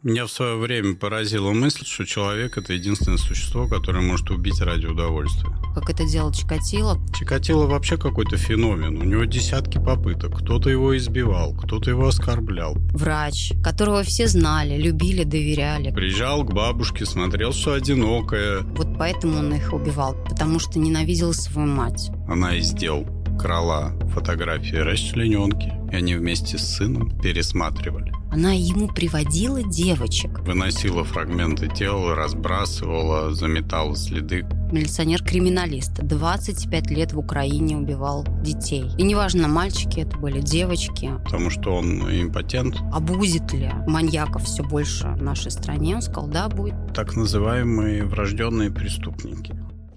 Меня в свое время поразила мысль, что человек – это единственное существо, которое может убить ради удовольствия. Как это делал Чикатило. Чикатило вообще какой-то феномен. У него десятки попыток. Кто-то его избивал, кто-то его оскорблял. Врач, которого все знали, любили, доверяли. Приезжал к бабушке, смотрел, что одинокая. Вот поэтому он их убивал, потому что ненавидел свою мать. Она из дел крала фотографии расчлененки, и они вместе с сыном пересматривали. Она ему приводила девочек. Выносила фрагменты тела, разбрасывала, заметала следы. Милиционер-криминалист. 25 лет в Украине убивал детей. И неважно, мальчики это были, девочки. Потому что он импотент. А будет ли маньяков все больше в нашей стране? Он сказал, да, будет. Так называемые врожденные преступники.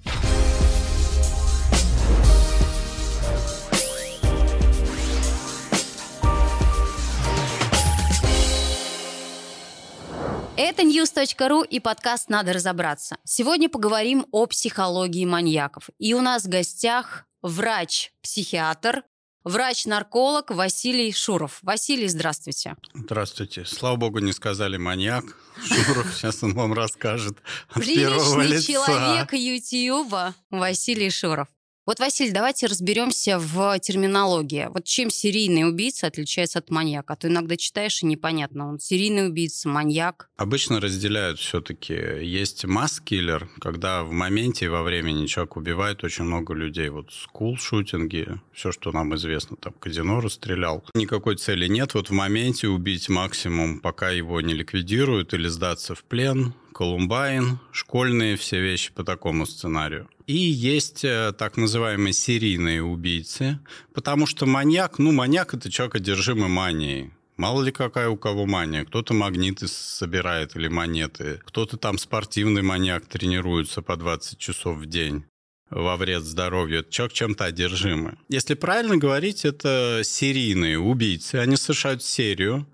Это news.ru и подкаст «Надо разобраться». Сегодня поговорим о психологии маньяков. И у нас в гостях врач-психиатр, врач-нарколог Василий Шуров. Василий, здравствуйте. Здравствуйте. Слава богу, не сказали маньяк. Шуров, сейчас он вам расскажет от первого Приличный лица. человек Ютьюба Василий Шуров. Вот, Василий, давайте разберемся в терминологии. Вот чем серийный убийца отличается от маньяка? А то иногда читаешь и непонятно, он серийный убийца, маньяк. Обычно разделяют все-таки. Есть масс-киллер, когда в моменте и во времени человек убивает очень много людей. Вот скул-шутинги, все, что нам известно, там казино расстрелял. Никакой цели нет. Вот в моменте убить максимум, пока его не ликвидируют или сдаться в плен. Колумбайн, школьные все вещи по такому сценарию. И есть так называемые серийные убийцы, потому что маньяк – это человек, одержимый манией. Мало ли какая у кого мания. Кто-то магниты собирает или монеты, кто-то там спортивный маньяк тренируется по 20 часов в день во вред здоровью. Это человек чем-то одержимый. Если правильно говорить, это серийные убийцы. Они совершают серию.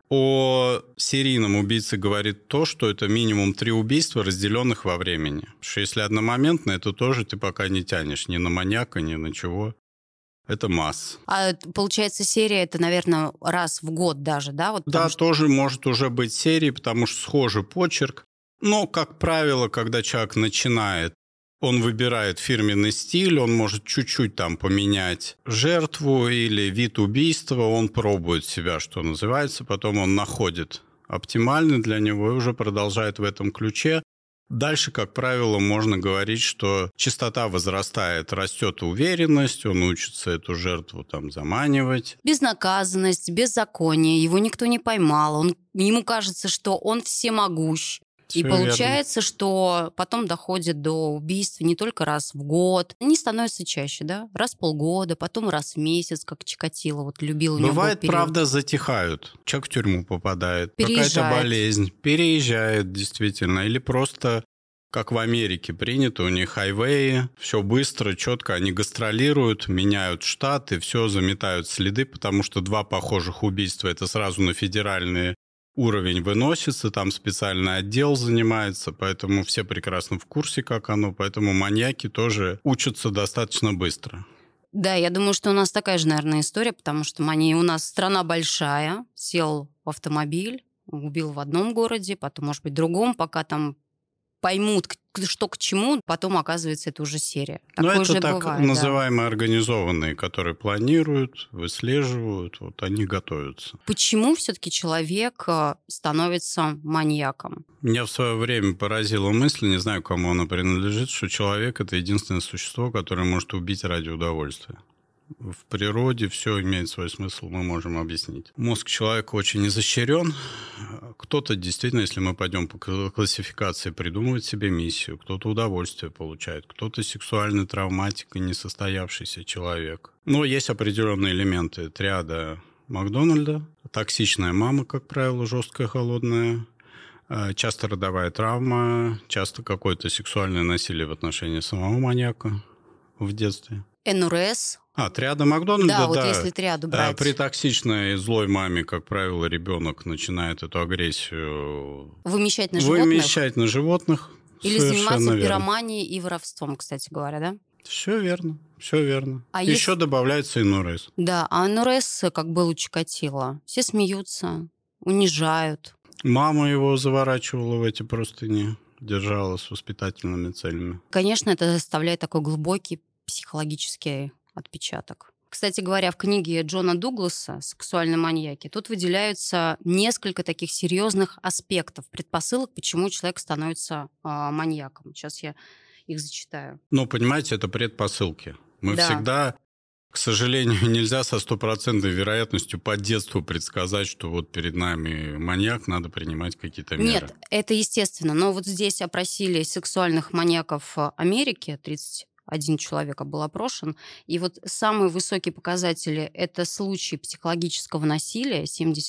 О серийном убийце говорит то, что это минимум 3 убийства, разделенных во времени. Потому что если одномоментно, это тоже ты пока не тянешь ни на маньяка, ни на чего. Это масс. А получается, серия это, наверное, раз в год даже, да? Вот да, что... тоже может уже быть серией, потому что схожий почерк. Но, как правило, когда человек начинает, он выбирает фирменный стиль, он может чуть-чуть там поменять жертву или вид убийства, он пробует себя, что называется, потом он находит оптимальный для него и уже продолжает в этом ключе. Дальше, как правило, можно говорить, что частота возрастает, растет уверенность, он учится эту жертву там заманивать. Безнаказанность, беззаконие, его никто не поймал, ему кажется, что он всемогущ. И получается, верно. Что потом доходит до убийств не только раз в год. Они становятся чаще, да? Раз в полгода, потом раз в месяц, как Чикатило. Вот любил у него бывает, был период. Правда, затихают. Человек в тюрьму попадает. Какая-то болезнь. Переезжает, действительно. Или просто, как в Америке принято, у них хайвеи. Все быстро, четко. Они гастролируют, меняют штаты, все заметают следы, потому что 2 похожих убийства – это сразу на федеральные уровень выносится, там специальный отдел занимается, поэтому все прекрасно в курсе, как оно, поэтому маньяки тоже учатся достаточно быстро. Да, я думаю, что у нас такая же, наверное, история, потому что у нас страна большая, сел в автомобиль, убил в одном городе, потом, может быть, в другом, пока там поймут, что к чему, потом, оказывается, это уже серия. Но такое это же так бывает, называемые организованные, которые планируют, выслеживают, вот они готовятся. Почему все-таки человек становится маньяком? Меня в свое время поразила мысль, не знаю, кому она принадлежит, что человек – это единственное существо, которое может убить ради удовольствия. В природе все имеет свой смысл, мы можем объяснить. Мозг человека очень изощрен. Кто-то действительно, если мы пойдем по классификации, придумывает себе миссию, кто-то удовольствие получает, кто-то сексуальный травматик и несостоявшийся человек. Но есть определенные элементы. Триада Макдональда, токсичная мама, как правило, жесткая, холодная, часто родовая травма, часто какое-то сексуальное насилие в отношении самого маньяка в детстве. НРС. Триада Макдональда, да. Вот если триаду брать. При токсичной злой маме, как правило, ребенок начинает эту агрессию вымещать на животных. Или заниматься пироманией и воровством, кстати говоря, да? Все верно, все верно. А еще добавляется НРС. Да, а НРС, как был у Чикатило, все смеются, унижают. Мама его заворачивала в эти простыни, держала с воспитательными целями. Конечно, это оставляет такой глубокий психологический отпечаток. Кстати говоря, в книге Джона Дугласа «Сексуальные маньяки» тут выделяются несколько таких серьезных аспектов, предпосылок, почему человек становится маньяком. Сейчас я их зачитаю. Ну, понимаете, это предпосылки. Мы всегда, к сожалению, нельзя со стопроцентной вероятностью по детству предсказать, что вот перед нами маньяк, надо принимать какие-то меры. Нет, это естественно. Но вот здесь опросили сексуальных маньяков Америки, 31 человек был опрошен, и вот самые высокие показатели – это случаи психологического насилия,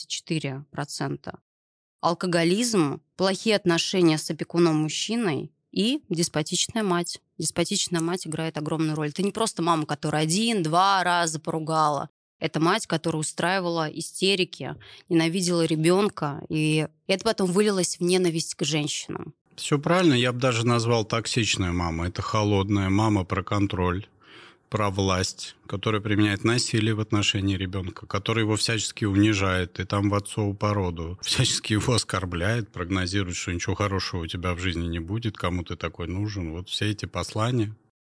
74%, алкоголизм, плохие отношения с опекуном-мужчиной и деспотичная мать. Деспотичная мать играет огромную роль. Это не просто мама, которая 1-2 раза поругала. Это мать, которая устраивала истерики, ненавидела ребенка, и это потом вылилось в ненависть к женщинам. Все правильно, я бы даже назвал токсичная мама. Это холодная мама про контроль, про власть, которая применяет насилие в отношении ребенка, которая его всячески унижает, и там в отцову породу, всячески его оскорбляет, прогнозирует, что ничего хорошего у тебя в жизни не будет, кому ты такой нужен. Вот все эти послания,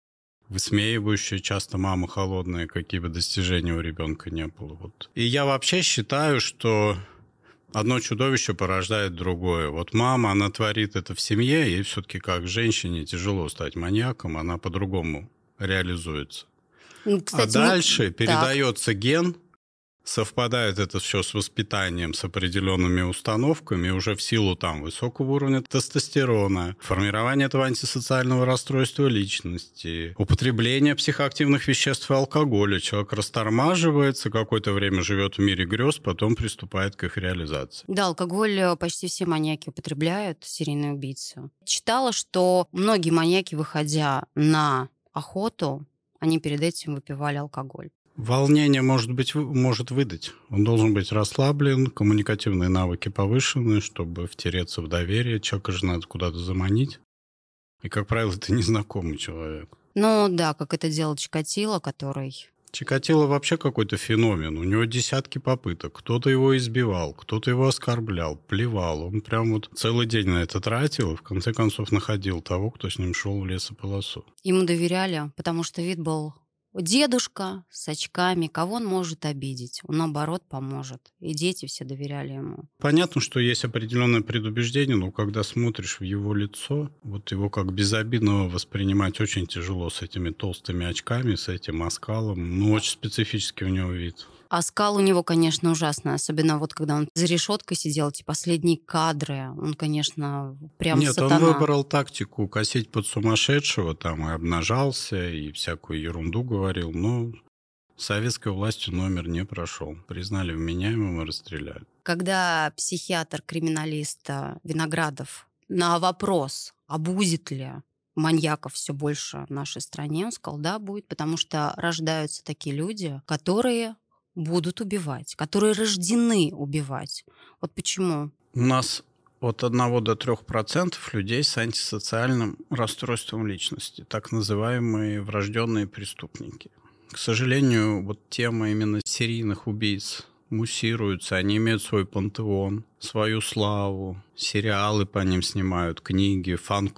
высмеивающие часто мамы холодные, какие бы достижения у ребенка не было. Вот. И я вообще считаю, что одно чудовище порождает другое. Вот мама, она творит это в семье, ей все-таки как женщине тяжело стать маньяком, она по-другому реализуется. Кстати, а дальше передается ген, совпадает это все с воспитанием, с определенными установками, уже в силу там высокого уровня тестостерона, формирования этого антисоциального расстройства личности, употребление психоактивных веществ и алкоголя. Человек растормаживается, какое-то время живет в мире грез, потом приступает к их реализации. Да, алкоголь почти все маньяки употребляют, серийные убийцы. Читала, что многие маньяки, выходя на охоту, они перед этим выпивали алкоголь. Волнение может выдать. Он должен быть расслаблен, коммуникативные навыки повышены, чтобы втереться в доверие. Человека же надо куда-то заманить. И, как правило, это незнакомый человек. Ну да, как это делал Чикатило, который... Чикатило вообще какой-то феномен. У него десятки попыток. Кто-то его избивал, кто-то его оскорблял, плевал. Он прям вот целый день на это тратил и в конце концов находил того, кто с ним шел в лесополосу. Ему доверяли, потому что вид был... Дедушка с очками, кого он может обидеть? Он, наоборот, поможет. И дети все доверяли ему. Понятно, что есть определенное предубеждение, но когда смотришь в его лицо, вот его как безобидного воспринимать очень тяжело с этими толстыми очками, с этим оскалом. Ну, очень специфический у него вид. Оскал у него, конечно, ужасный. Особенно вот когда он за решеткой сидел, эти последние кадры. Он, конечно, прям сатана. Нет, он выбрал тактику косить под сумасшедшего, там и обнажался, и всякую ерунду говорил. Но советской властью номер не прошел. Признали вменяемым и расстреляли. Когда психиатр-криминалист Виноградов на вопрос, а будет ли маньяков все больше в нашей стране, он сказал, да, будет, потому что рождаются такие люди, которые будут убивать, которые рождены убивать. Вот почему? У нас от 1 до 3% людей с антисоциальным расстройством личности, так называемые врожденные преступники. К сожалению, вот тема именно серийных убийц муссируется, они имеют свой пантеон, свою славу, сериалы по ним снимают, книги,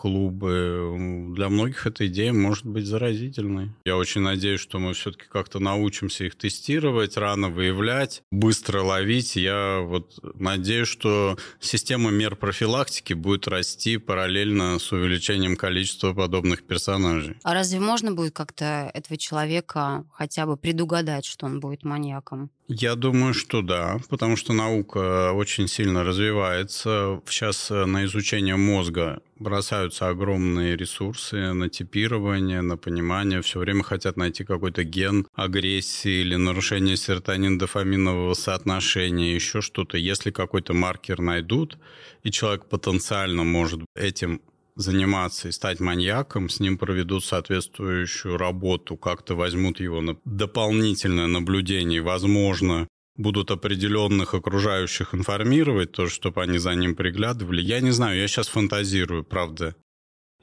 фан-клубы. Для многих эта идея может быть заразительной. Я очень надеюсь, что мы все-таки как-то научимся их тестировать, рано выявлять, быстро ловить. Я вот надеюсь, что система мер профилактики будет расти параллельно с увеличением количества подобных персонажей. А разве можно будет как-то этого человека хотя бы предугадать, что он будет маньяком? Я думаю, что да, потому что наука очень сильно развивается. Сейчас на изучение мозга бросаются огромные ресурсы на типирование, на понимание. Все время хотят найти какой-то ген агрессии или нарушение серотонин-дофаминового соотношения, еще что-то. Если какой-то маркер найдут, и человек потенциально может этим заниматься и стать маньяком, с ним проведут соответствующую работу, как-то возьмут его на дополнительное наблюдение, возможно, будут определенных окружающих информировать, тоже, чтобы они за ним приглядывали. Я не знаю, я сейчас фантазирую, правда.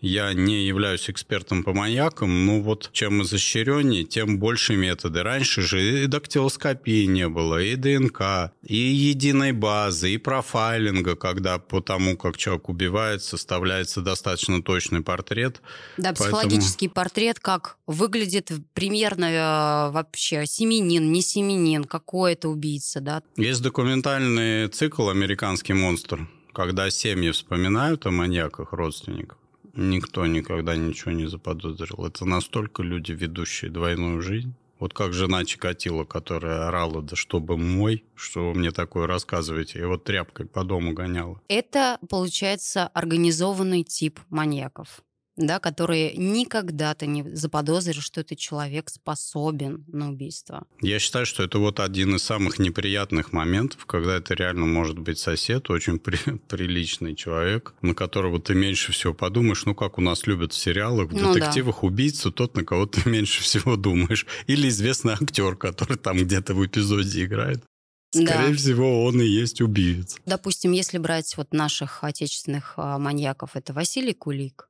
Я не являюсь экспертом по маньякам, но вот чем изощреннее, тем больше методы. Раньше же и дактилоскопии не было, и ДНК, и единой базы, и профайлинга, когда по тому, как человек убивает, составляется достаточно точный портрет. Да, психологический портрет, как выглядит примерно вообще семьянин, не семьянин, какой это убийца, да. Есть документальный цикл «Американский монстр», когда семьи вспоминают о маньяках родственников. Никто никогда ничего не заподозрил. Это настолько люди, ведущие двойную жизнь. Вот как жена Чикатило, которая орала: да чтобы мой, что вы мне такое рассказываете, и вот тряпкой по дому гоняла. Это, получается, организованный тип маньяков, да, которые никогда ты не заподозришь, что этот человек способен на убийство. Я считаю, что это вот один из самых неприятных моментов, когда это реально может быть сосед, очень приличный человек, на которого ты меньше всего подумаешь. Ну, как у нас любят в сериалах, в детективах убийцу тот, на кого ты меньше всего думаешь. Или известный актер, который там где-то в эпизоде играет. Скорее всего, он и есть убийца. Допустим, если брать вот наших отечественных маньяков, это Василий Кулик,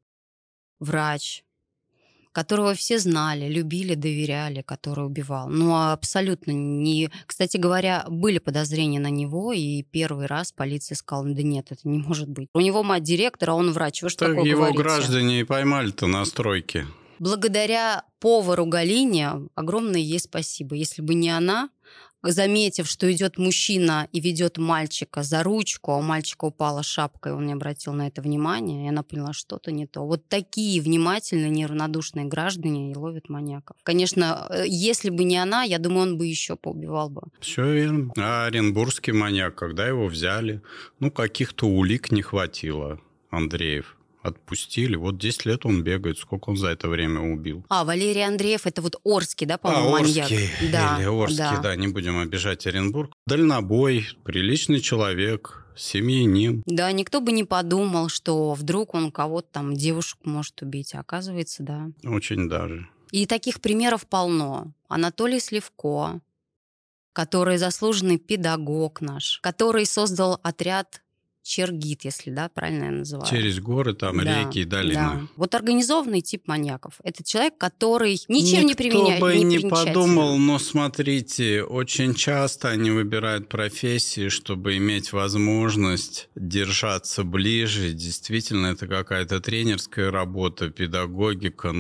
врач, которого все знали, любили, доверяли, который убивал. Ну, абсолютно не... Кстати говоря, были подозрения на него, и первый раз полиция сказала: да нет, это не может быть. У него мать директора, он врач. Вы что такое его говорите? Граждане и поймали-то на стройке. Благодаря повару Галине огромное ей спасибо. Если бы не она, заметив, что идет мужчина и ведет мальчика за ручку, а у мальчика упала шапка, и он не обратил на это внимания, и она поняла, что-то не то. Вот такие внимательные, неравнодушные граждане и ловят маньяков. Конечно, если бы не она, я думаю, он бы еще поубивал бы. Все верно. А оренбургский маньяк, когда его взяли, каких-то улик не хватило, Андреев. Отпустили. Вот 10 лет он бегает. Сколько он за это время убил? Валерий Андреев, это вот Орский, да, по-моему, маньяк? Орский, да, не будем обижать Оренбург. Дальнобой, приличный человек, семьянин. Да, никто бы не подумал, что вдруг он кого-то там, девушку может убить. А оказывается, да. Очень даже. И таких примеров полно. Анатолий Сливко, который заслуженный педагог наш, который создал отряд Чергит, если, да, правильно я называю. Через горы, там, реки и долины. Да. Вот организованный тип маньяков. Это человек, который ничем не применяет. Никто бы не подумал, но смотрите, очень часто они выбирают профессии, чтобы иметь возможность держаться ближе. Действительно, это какая-то тренерская работа, педагогика.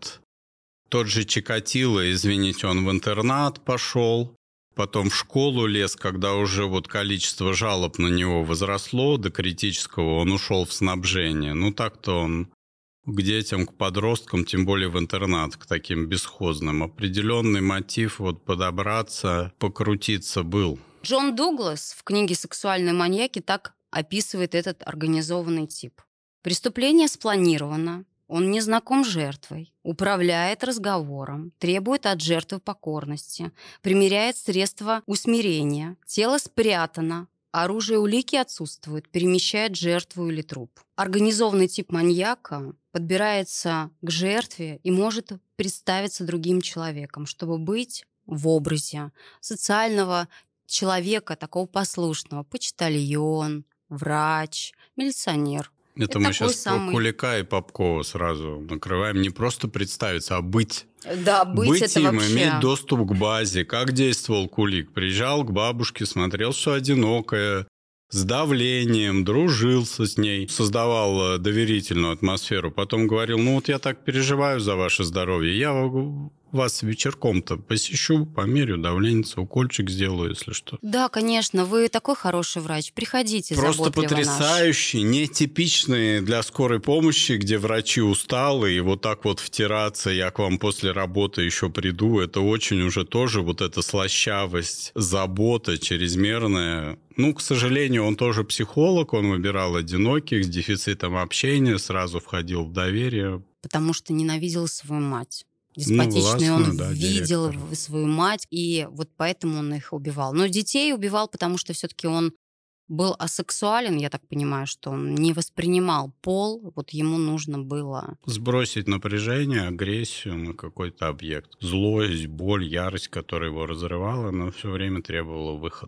Тот же Чикатило, извините, он в интернат пошел. Потом в школу лез, когда уже количество жалоб на него возросло до критического, он ушел в снабжение. Так-то он к детям, к подросткам, тем более в интернат, к таким бесхозным. Определенный мотив подобраться, покрутиться был. Джон Дуглас в книге «Сексуальные маньяки» так описывает этот организованный тип. Преступление спланировано. Он не знаком с жертвой, управляет разговором, требует от жертвы покорности, примеряет средства усмирения, тело спрятано, оружие и улики отсутствуют, перемещает жертву или труп. Организованный тип маньяка подбирается к жертве и может представиться другим человеком, чтобы быть в образе социального человека, такого послушного, почтальон, врач, милиционер. Это мы сейчас Кулика и Попкова сразу накрываем. Не просто представиться, а быть. Да, быть это им, вообще. Иметь доступ к базе. Как действовал Кулик? Приезжал к бабушке, смотрел, что одинокая, с давлением, дружился с ней, создавал доверительную атмосферу. Потом говорил: я так переживаю за ваше здоровье, я вас вечерком-то посещу, померю давление, укольчик сделаю, если что. Да, конечно, вы такой хороший врач. Приходите, просто потрясающий, нетипичный для скорой помощи, где врачи усталы, и так втираться, я к вам после работы еще приду, это очень уже тоже эта слащавость, забота чрезмерная. К сожалению, он тоже психолог, он выбирал одиноких, с дефицитом общения, сразу входил в доверие. Потому что ненавидел свою мать. Деспотичный, он видел директор. Свою мать, и поэтому он их убивал. Но детей убивал, потому что все-таки он был асексуален, я так понимаю, что он не воспринимал пол, ему нужно было... Сбросить напряжение, агрессию на какой-то объект. Злость, боль, ярость, которая его разрывала, она все время требовала выхода.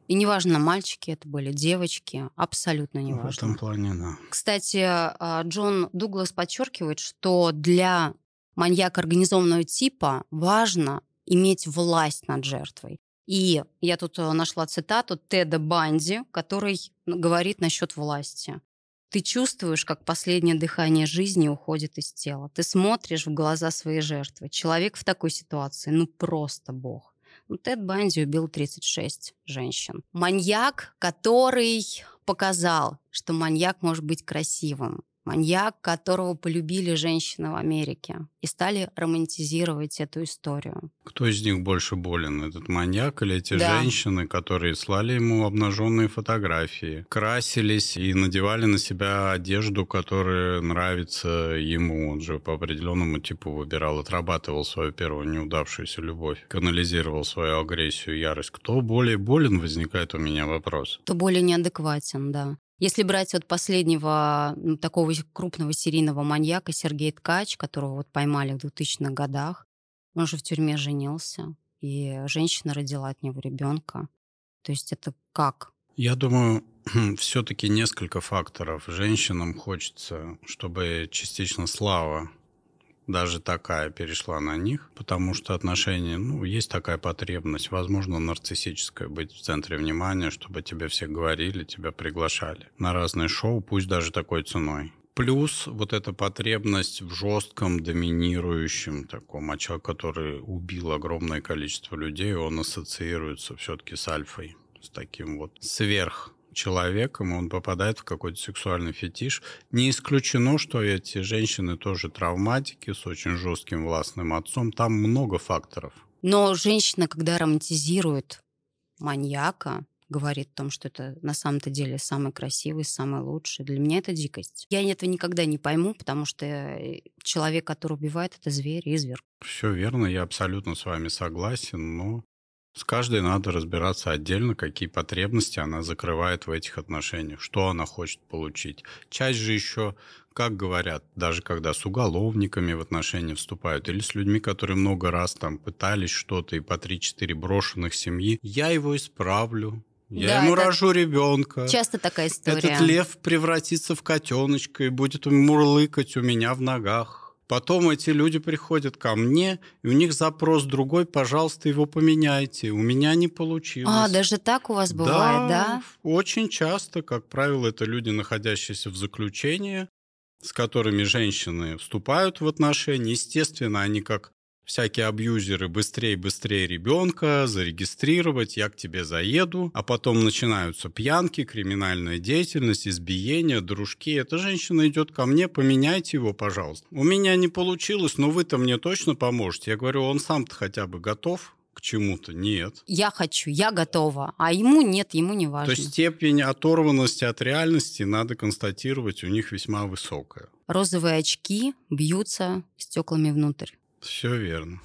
И неважно, мальчики это были, девочки, абсолютно неважно. В этом плане, да. Кстати, Джон Дуглас подчеркивает, что для маньяка организованного типа важно иметь власть над жертвой. И я тут нашла цитату Теда Банди, который говорит насчет власти. Ты чувствуешь, как последнее дыхание жизни уходит из тела. Ты смотришь в глаза своей жертвы. Человек в такой ситуации, просто бог. Тед Банди убил 36 женщин. Маньяк, который показал, что маньяк может быть красивым. Маньяк, которого полюбили женщины в Америке и стали романтизировать эту историю. Кто из них больше болен, этот маньяк или эти женщины, которые слали ему обнаженные фотографии, красились и надевали на себя одежду, которая нравится ему? Он же по определенному типу выбирал, отрабатывал свою первую неудавшуюся любовь, канализировал свою агрессию и ярость. Кто более болен, возникает у меня вопрос. Кто более неадекватен, да. Если брать последнего такого крупного серийного маньяка Сергея Ткач, которого поймали в 2000-х годах, он же в тюрьме женился, и женщина родила от него ребенка. То есть это как? Я думаю, все-таки несколько факторов. Женщинам хочется, чтобы частично слава даже такая перешла на них, потому что отношения, есть такая потребность, возможно, нарциссическая, быть в центре внимания, чтобы тебе все говорили, тебя приглашали на разные шоу, пусть даже такой ценой. Плюс эта потребность в жестком, доминирующем таком, человек, который убил огромное количество людей, он ассоциируется все-таки с альфой, с таким сверхчеловеком, он попадает в какой-то сексуальный фетиш. Не исключено, что эти женщины тоже травматики с очень жестким властным отцом. Там много факторов. Но женщина, когда романтизирует маньяка, говорит о том, что это на самом-то деле самый красивый, самый лучший. Для меня это дикость. Я этого никогда не пойму, потому что человек, который убивает, это зверь, изверг. Все верно, я абсолютно с вами согласен, но с каждой надо разбираться отдельно, какие потребности она закрывает в этих отношениях, что она хочет получить. Часть же еще, как говорят, даже когда с уголовниками в отношения вступают, или с людьми, которые много раз пытались что-то, и по 3-4 брошенных семьи, я его исправлю. Я ему рожу ребенка. Часто такая история. Этот лев превратится в котеночка и будет мурлыкать у меня в ногах. Потом эти люди приходят ко мне, и у них запрос другой, пожалуйста, его поменяйте. У меня не получилось. Даже так у вас бывает, да? Очень часто, как правило, это люди, находящиеся в заключении, с которыми женщины вступают в отношения. Естественно, они как всякие абьюзеры быстрее ребенка зарегистрировать, я к тебе заеду, а потом начинаются пьянки, криминальная деятельность, избиения, дружки. Эта женщина идет ко мне, поменяйте его, пожалуйста. У меня не получилось, но вы-то мне точно поможете. Я говорю, он сам-то хотя бы готов к чему-то? Нет. Я хочу, я готова, а ему нет, ему не важно. То есть степень оторванности от реальности, надо констатировать, у них весьма высокая. Розовые очки бьются стеклами внутрь. Все верно.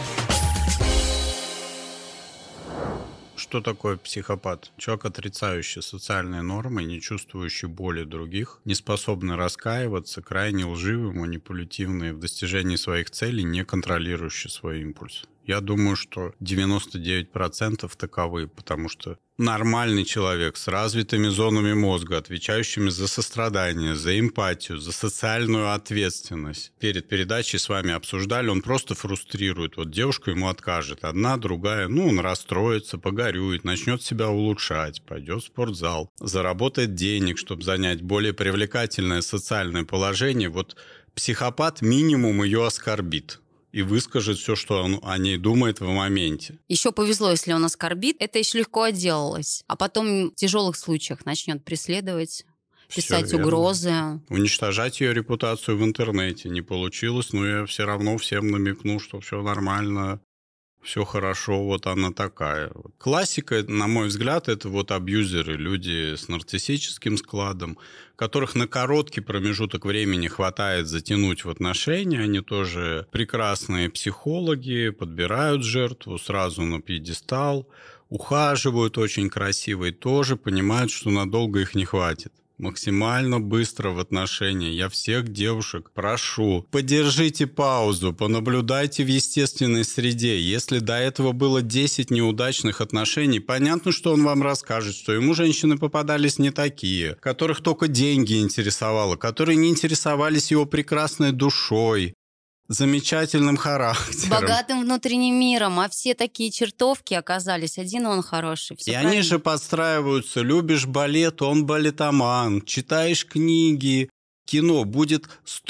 Что такое психопат? Человек, отрицающий социальные нормы, не чувствующий боли других, не способный раскаиваться, крайне лживый, манипулятивный в достижении своих целей, не контролирующий свой импульс. Я думаю, что 99% таковы, потому что нормальный человек с развитыми зонами мозга, отвечающими за сострадание, за эмпатию, за социальную ответственность. Перед передачей с вами обсуждали, он просто фрустрирует. Девушка ему откажет, одна, другая, он расстроится, погорюет, начнет себя улучшать, пойдет в спортзал, заработает денег, чтобы занять более привлекательное социальное положение. Психопат минимум ее оскорбит и выскажет все, что он о ней думает в моменте. Еще повезло, если он оскорбит, это еще легко отделалось. А потом в тяжелых случаях начнет преследовать, писать угрозы. Уничтожать ее репутацию в интернете. Не получилось, но я все равно всем намекну, что все нормально, все хорошо, она такая. Классика, на мой взгляд, это абьюзеры, люди с нарциссическим складом, которых на короткий промежуток времени хватает затянуть в отношения. Они тоже прекрасные психологи, подбирают жертву сразу на пьедестал, ухаживают очень красиво и тоже понимают, что надолго их не хватит. максимально быстро в отношения. Я всех девушек прошу, подержите паузу, понаблюдайте в естественной среде. Если до этого было 10 неудачных отношений, понятно, что он вам расскажет, что ему женщины попадались не такие, которых только деньги интересовало, которые не интересовались его прекрасной душой, замечательным характером. Богатым внутренним миром, а все такие чертовки оказались. Один он хороший. И правильно. Они же подстраиваются. Любишь балет, он балетоман. Читаешь книги, кино. Будет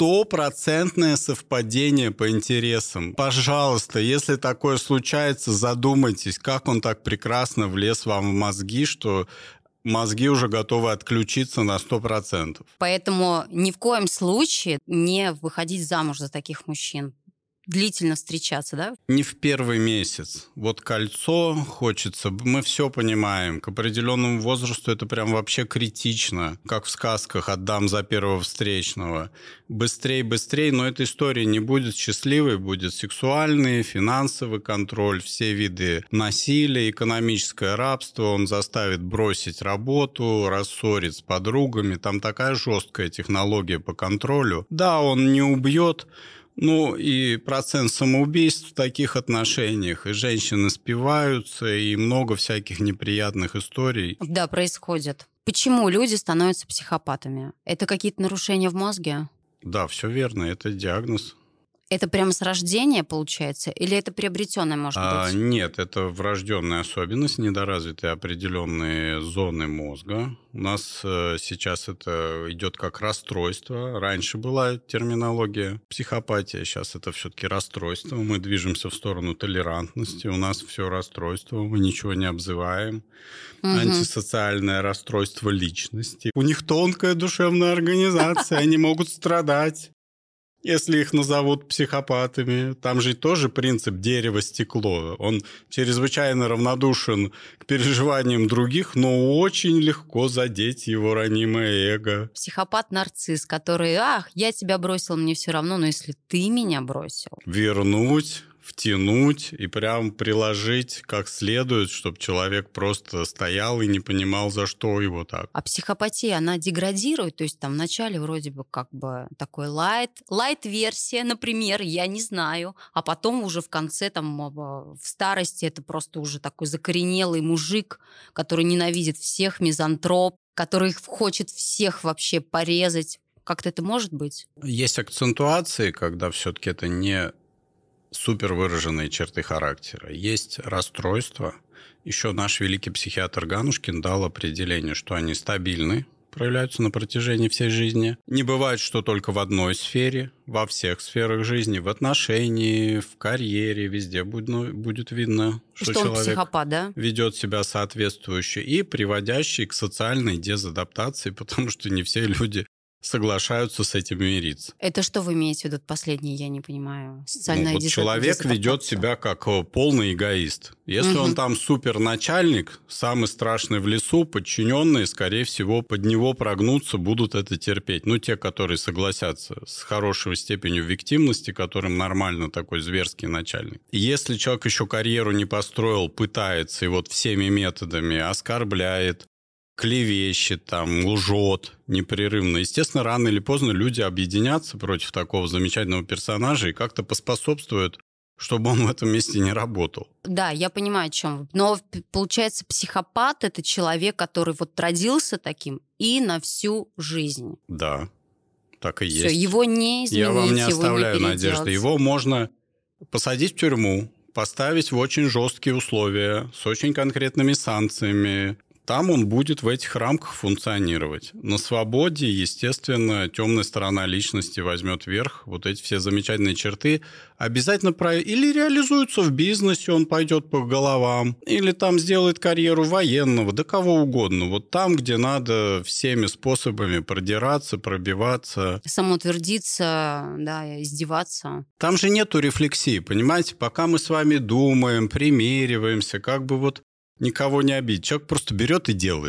100% совпадение по интересам. Пожалуйста, если такое случается, задумайтесь, как он так прекрасно влез вам в мозги, что мозги уже готовы отключиться на 100%. Поэтому ни в коем случае не выходить замуж за таких мужчин. Длительно встречаться, да? Не в первый месяц. Вот кольцо хочется, мы все понимаем. К определенному возрасту это прям вообще критично. Как в сказках «Отдам за первого встречного». Быстрей, но эта история не будет счастливой, будет сексуальный, финансовый контроль, все виды насилия, экономическое рабство. Он заставит бросить работу, рассорить с подругами. Там такая жесткая технология по контролю. Да, он не убьет. Ну, и процент самоубийств в таких отношениях, и женщины спиваются, и много всяких неприятных историй. Да, происходит. Почему люди становятся психопатами? Это какие-то нарушения в мозге? Да, все верно, это диагноз. Это прямо с рождения получается? Или это приобретенное, может быть? Нет, это врожденная особенность, недоразвитые определенные зоны мозга. У нас сейчас это идет как расстройство. Раньше была терминология психопатия, сейчас это все-таки расстройство. Мы движемся в сторону толерантности. У нас все расстройство, мы ничего не обзываем. Антисоциальное расстройство личности. У них тонкая душевная организация, они могут страдать, если их назовут психопатами. Там же тоже принцип дерево-стекло. Он чрезвычайно равнодушен к переживаниям других, но очень легко задеть его ранимое эго. Психопат-нарцисс, который, я тебя бросил, мне все равно, но если ты меня бросил... Вернуть, втянуть и прям приложить как следует, чтобы человек просто стоял и не понимал, за что его так. А психопатия, она деградирует? То есть там вначале вроде бы как бы такой лайт-версия, например, я не знаю, а потом уже в конце, там, в старости это просто уже такой закоренелый мужик, который ненавидит всех, мизантроп, который хочет всех вообще порезать. Как-то это может быть? Есть акцентуации, когда все-таки это не супер выраженные черты характера. Есть расстройства. Еще наш великий психиатр Ганушкин дал определение, что они стабильны, проявляются на протяжении всей жизни. Не бывает, что только в одной сфере, во всех сферах жизни, в отношении, в карьере, везде будет видно, что человек психопат, да? ведет себя соответствующе и приводящий к социальной дезадаптации, потому что не все люди соглашаются с этим мириться. Это что вы имеете в виду? Последнее, я не понимаю. Социальная человек ведет себя как полный эгоист. Если он там суперначальник, самый страшный в лесу, подчиненные, скорее всего, под него прогнутся, будут это терпеть. Ну, те, которые согласятся с хорошей степенью виктимности, которым нормально такой зверский начальник. И если человек еще карьеру не построил, пытается и вот всеми методами оскорбляет, клевещет, там, лжет непрерывно. Естественно, рано или поздно люди объединятся против такого замечательного персонажа и как-то поспособствуют, чтобы он в этом месте не работал. Да, я понимаю, о чем вы. Но, получается, психопат – это человек, который вот родился таким и на всю жизнь. Да, так и Всё, есть. его не изменить, я вам не его оставляю не надежды. Его можно посадить в тюрьму, поставить в очень жесткие условия, с очень конкретными санкциями. Там он будет в этих рамках функционировать. На свободе, естественно, темная сторона личности возьмет верх. Вот эти все замечательные черты обязательно или реализуются в бизнесе, он пойдет по головам, или там сделает карьеру военного, да кого угодно. Вот там, где надо всеми способами продираться, пробиваться. Самоутвердиться, да, издеваться. Там же нету рефлексии, понимаете? Пока мы с вами думаем, примериваемся, как бы вот никого не обидеть. Человек просто берет и делает.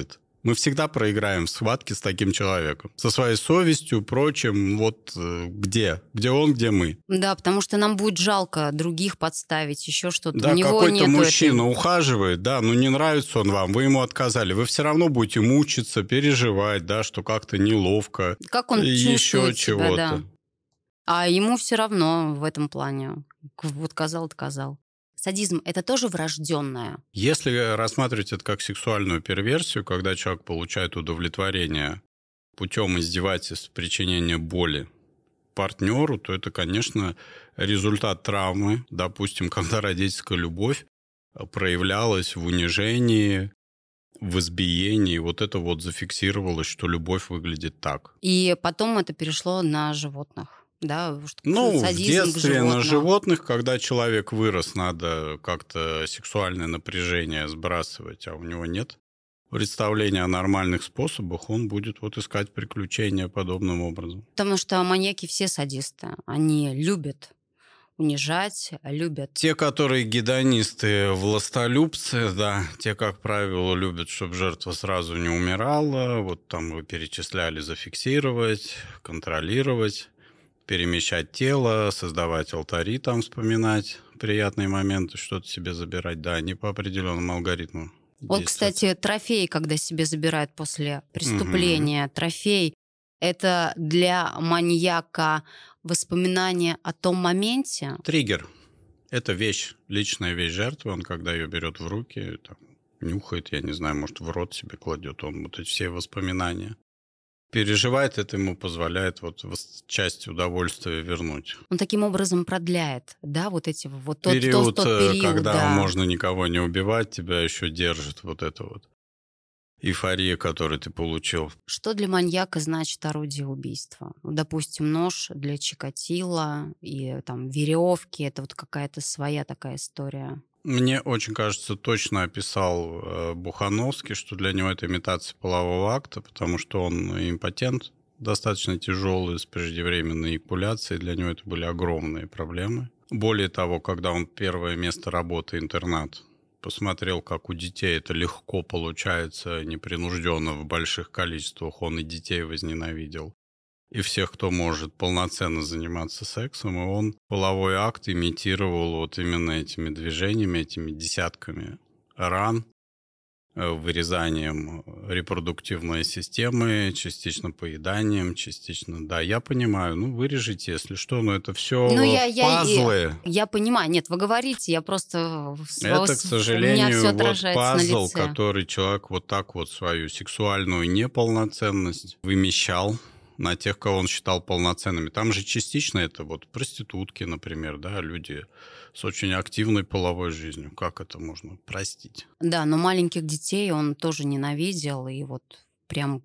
Мы всегда проиграем в схватке с таким человеком. Со своей совестью, прочим, вот где? Где он, где мы? Да, потому что нам будет жалко других подставить, еще что-то. Да, У него какой-то мужчина этой... ухаживает, да, но не нравится он вам, вы ему отказали. Вы все равно будете мучиться, переживать, да, что как-то неловко. Как он чувствует еще себя, чего-то. да. А ему все равно в этом плане. Вот казал. Садизм – это тоже врожденное? Если рассматривать это как сексуальную перверсию, когда человек получает удовлетворение путем издевательств, причинения боли партнеру, то это, конечно, результат травмы. Допустим, когда родительская любовь проявлялась в унижении, в избиении, вот это вот зафиксировалось, что любовь выглядит так. И потом это перешло на животных. Да, в детстве на животных, когда человек вырос, надо как-то сексуальное напряжение сбрасывать, а у него нет представления о нормальных способах, он будет вот искать приключения подобным образом. Потому что маньяки все садисты. Они любят унижать, любят... Те, которые гедонисты, властолюбцы, да, те, как правило, любят, чтобы жертва сразу не умирала, вот там вы перечисляли зафиксировать, контролировать, перемещать тело, создавать алтари, там вспоминать приятные моменты, что-то себе забирать. Да, не по определенному алгоритму. Вот, кстати, трофей, когда себе забирают после преступления, трофей, это для маньяка воспоминание о том моменте? Триггер. Это вещь, личная вещь жертвы. Он, когда ее берет в руки, там, нюхает, я не знаю, может, в рот себе кладет, он вот эти все воспоминания переживает, это ему позволяет вот часть удовольствия вернуть. Он таким образом продляет, да, вот эти вот тот период, период, когда да. можно никого не убивать, тебя еще держит вот это вот эйфория, которую ты получил. Что для маньяка значит орудие убийства? Допустим, нож для Чикатило и там веревки, это вот какая-то своя такая история. Мне очень кажется, точно описал Бухановский, что для него это имитация полового акта, потому что он импотент, достаточно тяжелый, с преждевременной эякуляцией. Для него это были огромные проблемы. Более того, когда он первое место работы, интернат, посмотрел, как у детей это легко получается, непринужденно в больших количествах, он и детей возненавидел. И всех, кто может полноценно заниматься сексом, и он половой акт имитировал вот именно этими движениями, этими десятками ран, вырезанием репродуктивной системы, частично поеданием, частично... Да, я понимаю, вырежите, если что, но это все пазлы. Я понимаю, нет, вы говорите, я просто... Это, к сожалению, вот пазл, который человек вот так вот свою сексуальную неполноценность вымещал на тех, кого он считал полноценными. Там же частично это вот проститутки, например, да, люди с очень активной половой жизнью. Как это можно простить? Да, но маленьких детей он тоже ненавидел и вот прям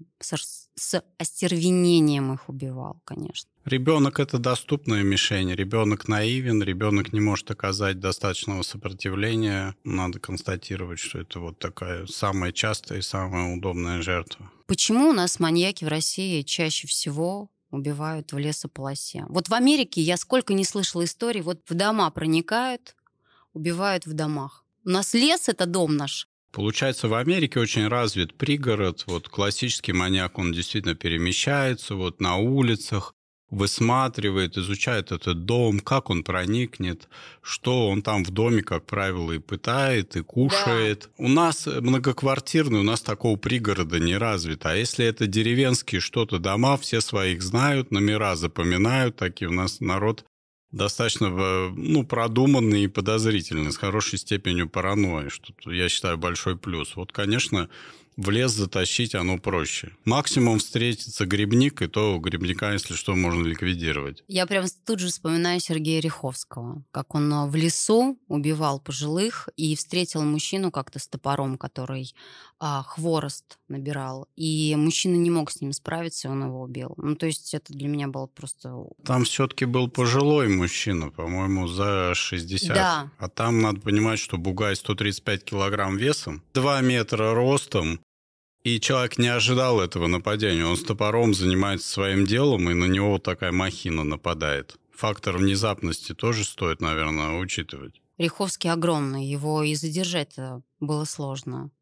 с остервенением их убивал, конечно. Ребенок – это доступная мишень. Ребенок наивен, ребенок не может оказать достаточного сопротивления. Надо констатировать, что это вот такая самая частая и самая удобная жертва. Почему у нас маньяки в России чаще всего убивают в лесополосе? Вот в Америке я сколько не слышала историй, вот в дома проникают, убивают в домах. У нас лес – это дом наш. Получается, в Америке очень развит пригород. Вот классический маньяк, он действительно перемещается вот на улицах, высматривает, изучает этот дом, как он проникнет, что он там в доме, как правило, и пытает, и кушает. Да. У нас многоквартирный, у нас такого пригорода не развито. А если это деревенские что-то дома, все своих знают, номера запоминают, такие у нас народ достаточно продуманный и подозрительный, с хорошей степенью паранойи, что, я считаю, большой плюс. Вот, конечно, в лес затащить оно проще. Максимум встретится грибник, и то грибника, если что, можно ликвидировать. Я прям тут же вспоминаю Сергея Ряховского, как он в лесу убивал пожилых и встретил мужчину как-то с топором, который хворост набирал. И мужчина не мог с ним справиться, и он его убил. То есть это для меня было просто... Там все-таки был пожилой мужчина, по-моему, за 60. Да. А там надо понимать, что бугай 135 килограмм весом, 2 метра ростом, и человек не ожидал этого нападения. Он с топором занимается своим делом, и на него вот такая махина нападает. Фактор внезапности тоже стоит, наверное, учитывать. Ряховский огромный, его и задержать было сложно.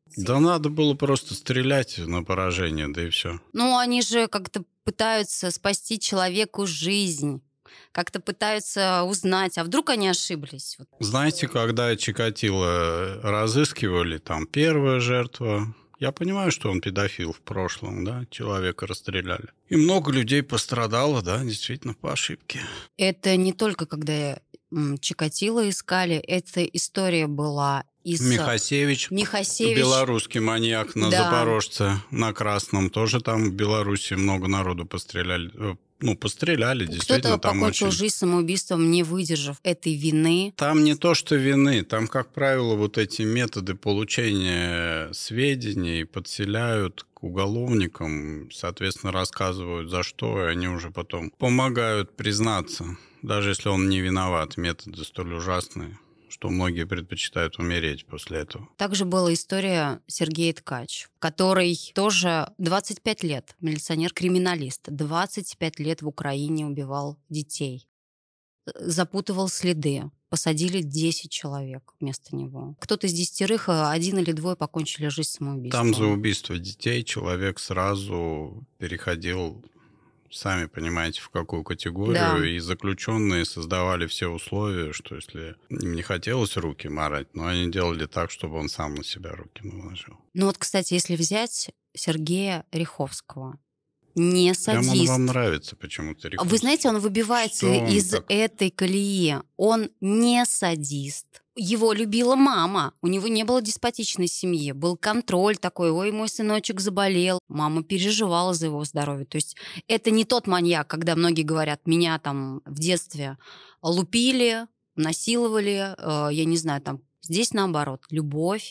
Да надо было просто стрелять на поражение, да и все. Ну, они же как-то пытаются спасти человеку жизнь, как-то пытаются узнать, а вдруг они ошиблись. Вот. Знаете, когда Чикатило разыскивали, там первая жертва, я понимаю, что он педофил в прошлом, да, человека расстреляли. И много людей пострадало, да, действительно, по ошибке. Это не только когда Чикатило искали, эта история была из... Михасевич, белорусский маньяк на Запорожце, на Красном, тоже там в Беларуси много народу постреляли. Ну, постреляли, действительно. Кто-то покончил жизнь самоубийством, не выдержав этой вины. Там не то, что вины. Там, как правило, вот эти методы получения сведений подселяют к уголовникам, соответственно, рассказывают за что, и они уже потом помогают признаться, даже если он не виноват. Методы столь ужасные, что многие предпочитают умереть после этого. Также была история Сергея Ткач, который тоже 25 лет, милиционер-криминалист, 25 лет в Украине убивал детей, запутывал следы, посадили 10 человек вместо него. Кто-то из 10, 1 или 2 покончили жизнь самоубийством. Там за убийство детей человек сразу переходил... Сами понимаете, в какую категорию. Да. И заключенные создавали все условия, что если им не хотелось руки марать, но они делали так, чтобы он сам на себя руки наложил. Ну вот, кстати, если взять Сергея Ряховского, не садист. Прям он вам нравится почему-то, Ряховский. Вы знаете, он выбивается из этой колеи. Он не садист. Его любила мама. У него не было деспотичной семьи. Был контроль такой. Ой, мой сыночек заболел. Мама переживала за его здоровье. То есть это не тот маньяк, когда многие говорят, меня там в детстве лупили, насиловали. Я не знаю, там здесь наоборот. Любовь.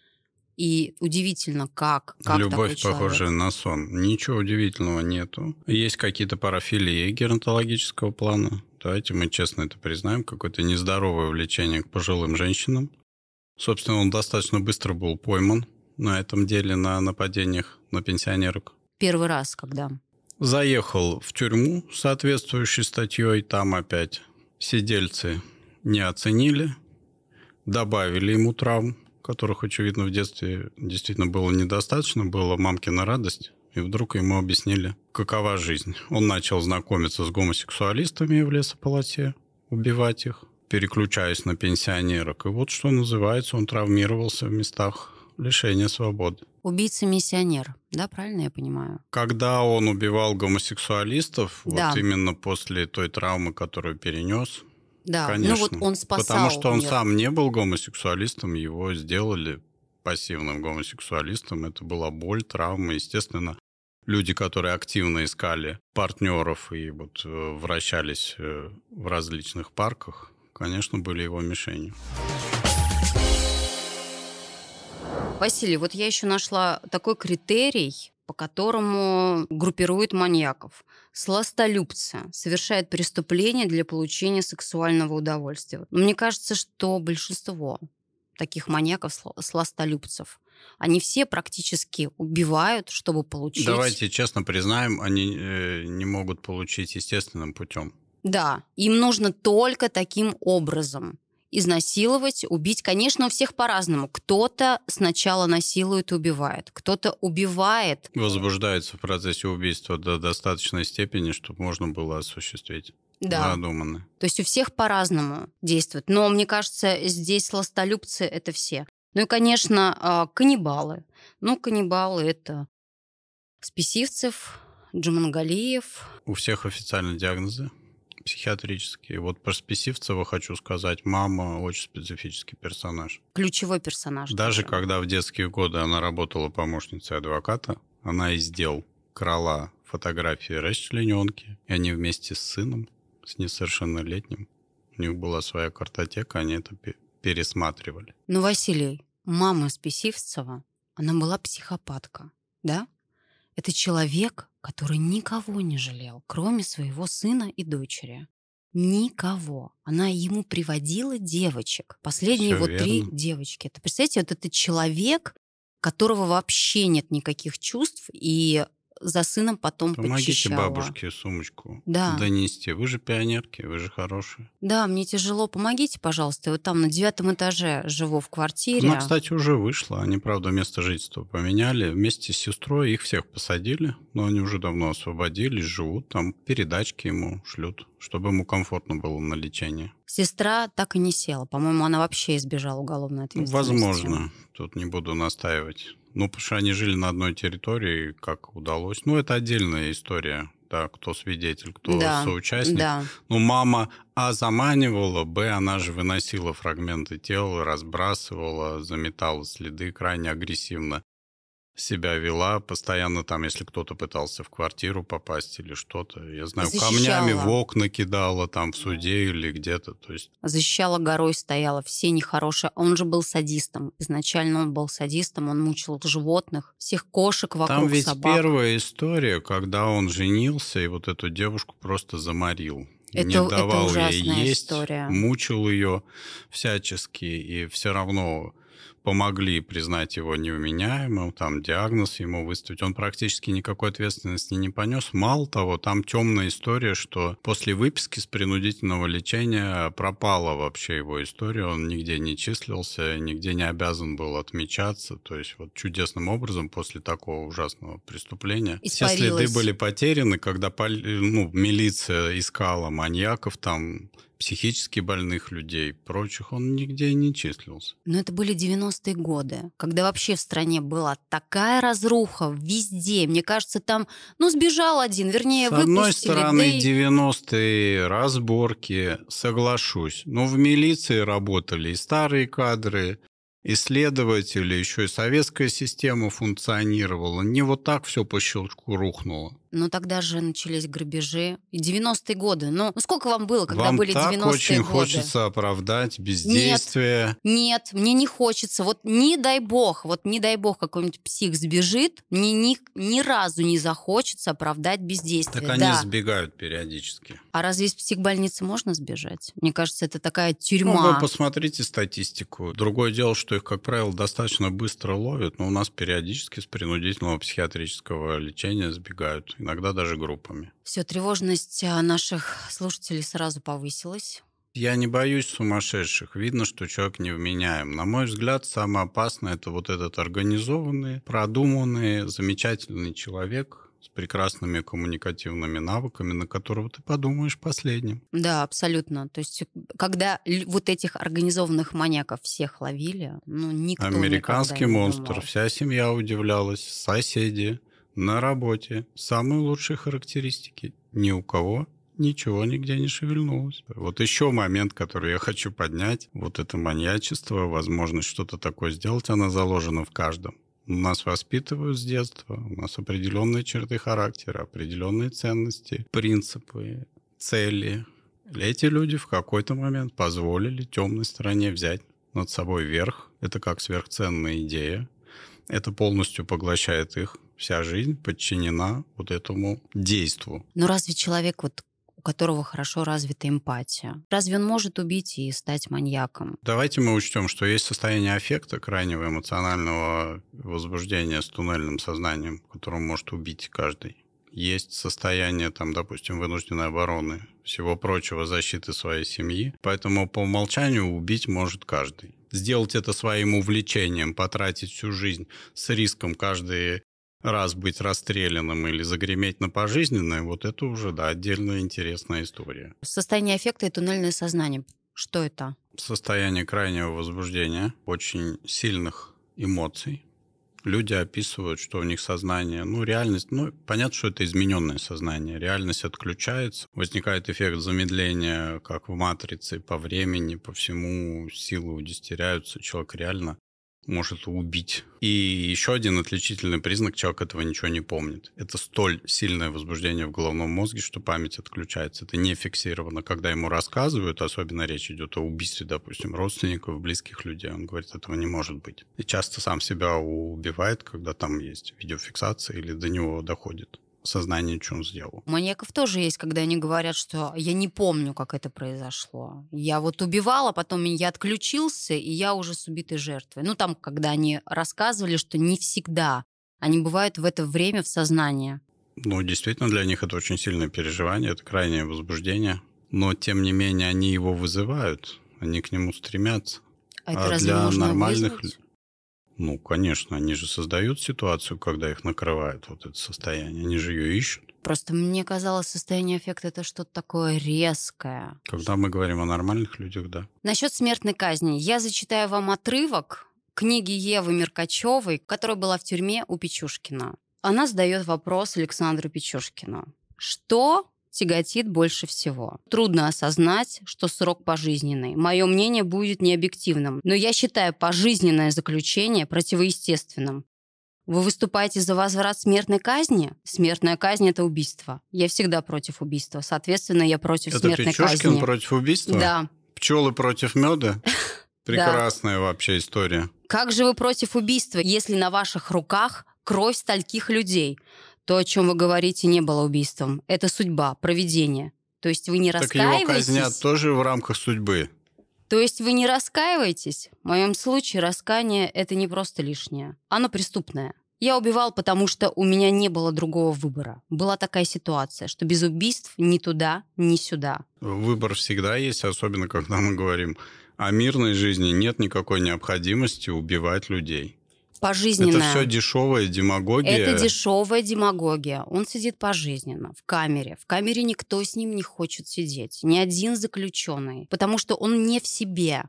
И удивительно, как любовь похожая на сон. Ничего удивительного нету. Есть какие-то парафилии геронтологического плана. Давайте мы честно это признаем. Какое-то нездоровое влечение к пожилым женщинам. Собственно, он достаточно быстро был пойман на этом деле, на нападениях на пенсионерок. Первый раз когда? Заехал в тюрьму с соответствующей статьей. Там опять сидельцы не оценили, добавили ему травм, которых, очевидно, в детстве действительно было недостаточно, была мамкина радость, и вдруг ему объяснили, какова жизнь. Он начал знакомиться с гомосексуалистами в лесополосе, убивать их, переключаясь на пенсионерок. И вот что называется, он травмировался в местах лишения свободы. Убийца-миссионер, да, правильно я понимаю? Когда он убивал гомосексуалистов, да. Вот именно после той травмы, которую перенес, да, конечно. Ну вот он спасал. Потому что он сам не был гомосексуалистом, его сделали пассивным гомосексуалистом. Это была боль, травма. Естественно, люди, которые активно искали партнеров и вот вращались в различных парках, конечно, были его мишенью. Василий, вот я еще нашла такой критерий, по которому группируют маньяков. Сластолюбцы совершают преступления для получения сексуального удовольствия. Но мне кажется, что большинство таких маньяков, сластолюбцев, они все практически убивают, чтобы получить... Давайте честно признаем, они не могут получить естественным путем. Да, им нужно только таким образом. Изнасиловать, убить. Конечно, у всех по-разному. Кто-то сначала насилует и убивает, кто-то убивает. Возбуждается в процессе убийства до достаточной степени, чтобы можно было осуществить. Да. Задуманно. То есть у всех по-разному действует. Но мне кажется, здесь сластолюбцы — это все. Ну и, конечно, каннибалы. Ну, каннибалы — это Списивцев, Джумангалиев. У всех официальные диагнозы психиатрические. Вот про Списивцева хочу сказать, мама очень специфический персонаж. Ключевой персонаж. Даже когда в детские годы она работала помощницей адвоката, она из дел крала фотографии расчлененки, и они вместе с сыном, с несовершеннолетним, у них была своя картотека, они это пересматривали. Ну, Василий, мама Списивцева, она была психопатка, да? Это человек, который никого не жалел, кроме своего сына и дочери. Никого. Она ему приводила девочек. Последние Всё вот верно. 3 девочки. Это, представляете, вот это человек, у которого вообще нет никаких чувств, и за сыном потом Помогите подчищала. бабушке сумочку Да. донести. Вы же пионерки, вы же хорошие. Да, мне тяжело, помогите, пожалуйста. Я вот там на 9 этаже живу в квартире. Она, кстати, уже вышла. Они, правда, место жительства поменяли. Вместе с сестрой их всех посадили, но они уже давно освободились, живут там. Передачки ему шлют, чтобы ему комфортно было на лечение. Сестра так и не села. По-моему, она вообще избежала уголовной ответственности. Возможно. Тут не буду настаивать. Ну, потому что они жили на одной территории, как удалось. Ну, это отдельная история. Да, кто свидетель, кто соучастник. Да. Ну, мама заманивала, она же выносила фрагменты тела, разбрасывала, заметала следы, крайне агрессивно себя вела, постоянно там, если кто-то пытался в квартиру попасть или что-то, я знаю, камнями в окна кидала там в суде или где-то. То есть... Защищала, горой стояла, все нехорошие. Он же был садистом. Изначально он был садистом, он мучил животных, всех кошек вокруг, там ведь собак. Первая история, когда он женился и вот эту девушку просто заморил. Не давал ей есть, история. Мучил ее всячески, и все равно помогли признать его невменяемым, там диагноз ему выставить. Он практически никакой ответственности не понес. Мало того, там темная история, что после выписки с принудительного лечения пропала вообще его история. Он нигде не числился, нигде не обязан был отмечаться. То есть вот чудесным образом после такого ужасного преступления все следы были потеряны, когда милиция искала маньяков, там психически больных людей, прочих, он нигде не числился. Но это были 90-е годы, когда вообще в стране была такая разруха везде. Мне кажется, там, сбежал один, вернее, выпустили. С одной стороны, 90-е разборки, соглашусь. Но в милиции работали и старые кадры, и следователи, еще и советская система функционировала. Не вот так все по щелчку рухнуло. Но тогда же начались грабежи. И 90-е годы. Сколько вам было, когда вам были 90-е годы? Вам так очень хочется оправдать бездействие. Нет, мне не хочется. Вот не дай бог какой-нибудь псих сбежит, мне ни разу не захочется оправдать бездействие. Так они сбегают периодически. А разве из психбольницы можно сбежать? Мне кажется, это такая тюрьма. Вы посмотрите статистику. Другое дело, что их, как правило, достаточно быстро ловят, но у нас периодически с принудительного психиатрического лечения сбегают. Иногда даже группами. Все, тревожность наших слушателей сразу повысилась. Я не боюсь сумасшедших. Видно, что человек невменяем. На мой взгляд, самое опасное – это вот этот организованный, продуманный, замечательный человек с прекрасными коммуникативными навыками, на которого ты подумаешь последним. Да, абсолютно. То есть, когда вот этих организованных маньяков всех ловили, никто Американский никогда не монстр. думал. Вся семья удивлялась, соседи. На работе самые лучшие характеристики. Ни у кого ничего нигде не шевельнулось. Вот еще момент, который я хочу поднять. Вот это маньячество, возможность что-то такое сделать, она заложена в каждом. Нас воспитывают с детства, у нас определенные черты характера, определенные ценности, принципы, цели. Эти люди в какой-то момент позволили темной стороне взять над собой верх. Это как сверхценная идея. Это полностью поглощает их. Вся жизнь подчинена вот этому действу. Но разве человек, у которого хорошо развита эмпатия, разве он может убить и стать маньяком? Давайте мы учтем, что есть состояние аффекта, крайнего эмоционального возбуждения с туннельным сознанием, которое может убить каждый. Есть состояние, допустим, вынужденной обороны, всего прочего, защиты своей семьи. Поэтому по умолчанию убить может каждый. Сделать это своим увлечением, потратить всю жизнь с риском каждый раз быть расстрелянным или загреметь на пожизненное, вот это уже, отдельная интересная история. Состояние аффекта и туннельное сознание. Что это? Состояние крайнего возбуждения, очень сильных эмоций. Люди описывают, что у них сознание, реальность, понятно, что это измененное сознание. Реальность отключается, возникает эффект замедления, как в «Матрице», по времени, по всему, силы удестеряются, человек реально может убить. И еще один отличительный признак: человек этого ничего не помнит. Это столь сильное возбуждение в головном мозге, что память отключается. Это не фиксировано. Когда ему рассказывают, особенно речь идет о убийстве, допустим, родственников, близких людей, он говорит, этого не может быть. И часто сам себя убивает, когда там есть видеофиксация или до него доходит сознание, что он сделал. У маньяков тоже есть, когда они говорят, что я не помню, как это произошло. Я убивала, потом я отключился, и я уже с убитой жертвой. Когда они рассказывали, что не всегда они бывают в это время в сознании. Ну, действительно, для них это очень сильное переживание, это крайнее возбуждение. Но, тем не менее, они его вызывают, они к нему стремятся. А это разве можно вызвать? Ну, конечно, они же создают ситуацию, когда их накрывает вот это состояние. Они же ее ищут. Просто мне казалось, состояние аффекта — это что-то такое резкое. Когда мы говорим о нормальных людях, да. Насчет смертной казни. Я зачитаю вам отрывок книги Евы Меркачевой, которая была в тюрьме у Печушкина. Она задает вопрос Александру Печушкину. Что тяготит больше всего? Трудно осознать, что срок пожизненный. Мое мнение будет необъективным, но я считаю пожизненное заключение противоестественным. Вы выступаете за возврат смертной казни? Смертная казнь — это убийство. Я всегда против убийства. Соответственно, я против смертной казни. Это Печушкин против убийства? Да. Пчелы против меда? Прекрасная вообще история. Как же вы против убийства, если на ваших руках кровь стольких людей? То, о чем вы говорите, не было убийством. Это судьба, провидение. То есть вы не раскаиваетесь? Так его казнят тоже в рамках судьбы. То есть вы не раскаиваетесь? В моем случае раскаяние — это не просто лишнее. Оно преступное. Я убивал, потому что у меня не было другого выбора. Была такая ситуация, что без убийств ни туда, ни сюда. Выбор всегда есть, особенно когда мы говорим о мирной жизни. Нет никакой необходимости убивать людей. Пожизненная. Это все дешевая демагогия. Это дешевая демагогия. Он сидит пожизненно в камере. В камере никто с ним не хочет сидеть. Ни один заключенный. Потому что он не в себе.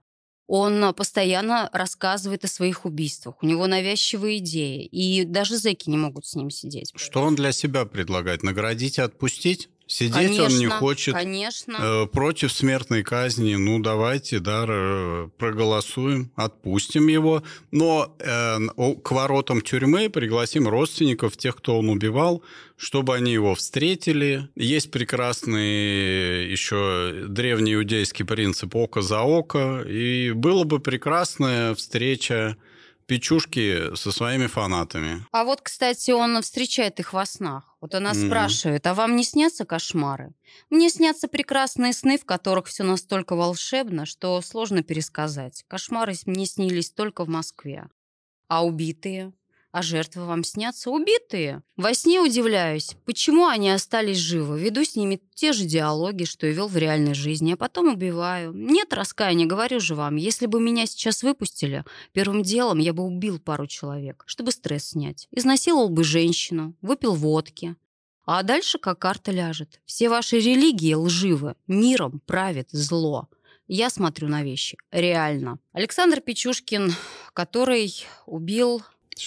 Он постоянно рассказывает о своих убийствах. У него навязчивые идеи. И даже зэки не могут с ним сидеть. Что он для себя предлагает? Наградить и отпустить? Сидеть конечно, он не хочет. Конечно. Против смертной казни. Ну, давайте, да, проголосуем, отпустим его. Но к воротам тюрьмы пригласим родственников, тех, кто он убивал, чтобы они его встретили. Есть прекрасный еще древний иудейский принцип «око за око». И была бы прекрасная встреча Печушки со своими фанатами. А вот, кстати, он встречает их во снах. Вот она спрашивает, а вам не снятся кошмары? Мне снятся прекрасные сны, в которых все настолько волшебно, что сложно пересказать. Кошмары мне снились только в Москве. А убитые? А жертвы вам снятся? Убитые. Во сне удивляюсь, почему они остались живы. Веду с ними те же диалоги, что и вел в реальной жизни, а потом убиваю. Нет раскаяния, говорю же вам. Если бы меня сейчас выпустили, первым делом я бы убил пару человек, чтобы стресс снять. Изнасиловал бы женщину, выпил водки. А дальше как карта ляжет. Все ваши религии лживы. Миром правит зло. Я смотрю на вещи реально. Александр Печушкин, который убил...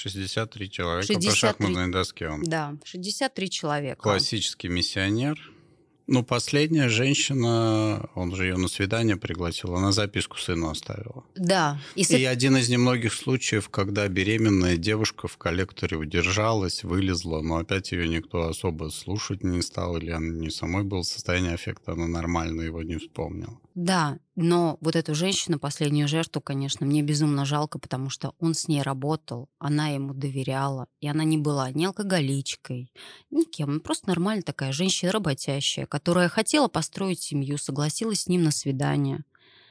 63 человека по шахматной доске он. Да, 63 человека. Классический миссионер. Ну, последняя женщина, он же ее на свидание пригласил, она записку сыну оставила. Да. И один из немногих случаев, когда беременная девушка в коллекторе удержалась, вылезла, но опять ее никто особо слушать не стал, или она не самой была в состоянии аффекта, она нормально его не вспомнила. Да, но вот эту женщину, последнюю жертву, конечно, мне безумно жалко, потому что он с ней работал, она ему доверяла, и она не была ни алкоголичкой, никем. Просто нормальная такая женщина работящая, которая хотела построить семью, согласилась с ним на свидание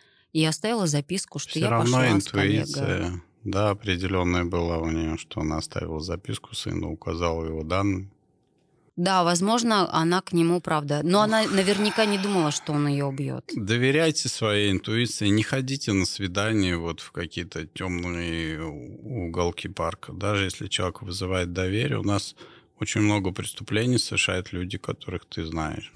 и оставила записку, что я пошла с коллегой. Все равно интуиция, да, определенная была у нее, что она оставила записку сыну, указала его данные. Да, возможно, она к нему, правда. Но она наверняка не думала, что он ее убьет. Доверяйте своей интуиции, не ходите на свидание вот в какие-то темные уголки парка. Даже если человек вызывает доверие, у нас очень много преступлений совершают люди, которых ты знаешь.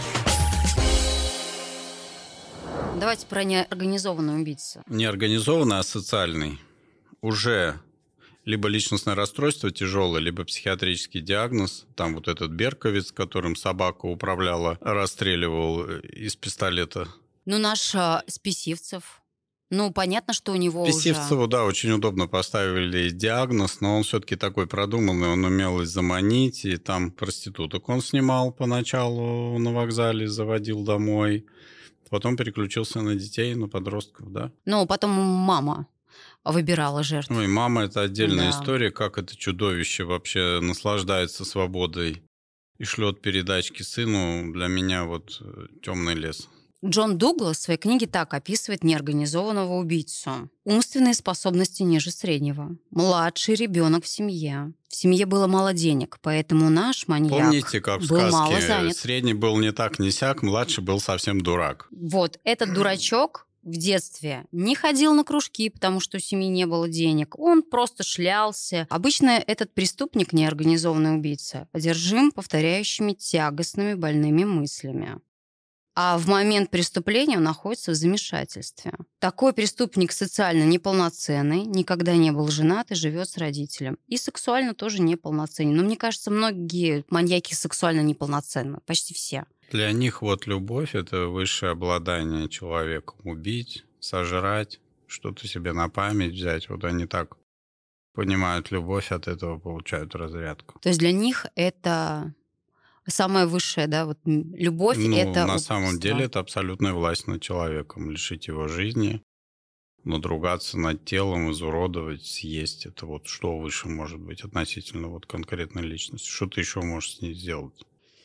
Давайте про неорганизованного убийцу. Неорганизованный, а социальный. Уже либо личностное расстройство тяжелое, либо психиатрический диагноз. Там вот этот Берковиц, которым собака управляла, расстреливал из пистолета. Ну, наш Списивцев. Ну, понятно, что у него Списивцеву, уже... да, очень удобно поставили диагноз, но он все-таки такой продуманный, он умел их заманить, и там проституток он снимал поначалу на вокзале, заводил домой, потом переключился на детей, на подростков, да. Ну, потом мама выбирала жертву. Ну и мама — это отдельная история, как это чудовище вообще наслаждается свободой и шлет передачки сыну. Для меня вот темный лес. Джон Дуглас в своей книге так описывает неорганизованного убийцу. Умственные способности ниже среднего. Младший ребенок в семье. В семье было мало денег, поэтому наш маньяк Помните, как в был мало сказке, занят. средний был не так ни сяк, младший был совсем дурак. Вот, этот дурачок в детстве не ходил на кружки, потому что у семьи не было денег. Он просто шлялся. Обычно этот преступник, неорганизованный убийца, одержим повторяющими тягостными больными мыслями. А в момент преступления он находится в замешательстве. Такой преступник социально неполноценный, никогда не был женат и живет с родителем. И сексуально тоже неполноценен. Но мне кажется, многие маньяки сексуально неполноценны. Почти все. Для них вот любовь – это высшее обладание человеком. Убить, сожрать, что-то себе на память взять. Вот они так понимают любовь, от этого получают разрядку. То есть для них это самая высшая, да, вот любовь это на убийство. самом деле это абсолютная власть над человеком. Лишить его жизни, надругаться над телом, изуродовать, съесть. Это вот что выше может быть относительно вот конкретной личности. Что ты еще можешь с ней сделать?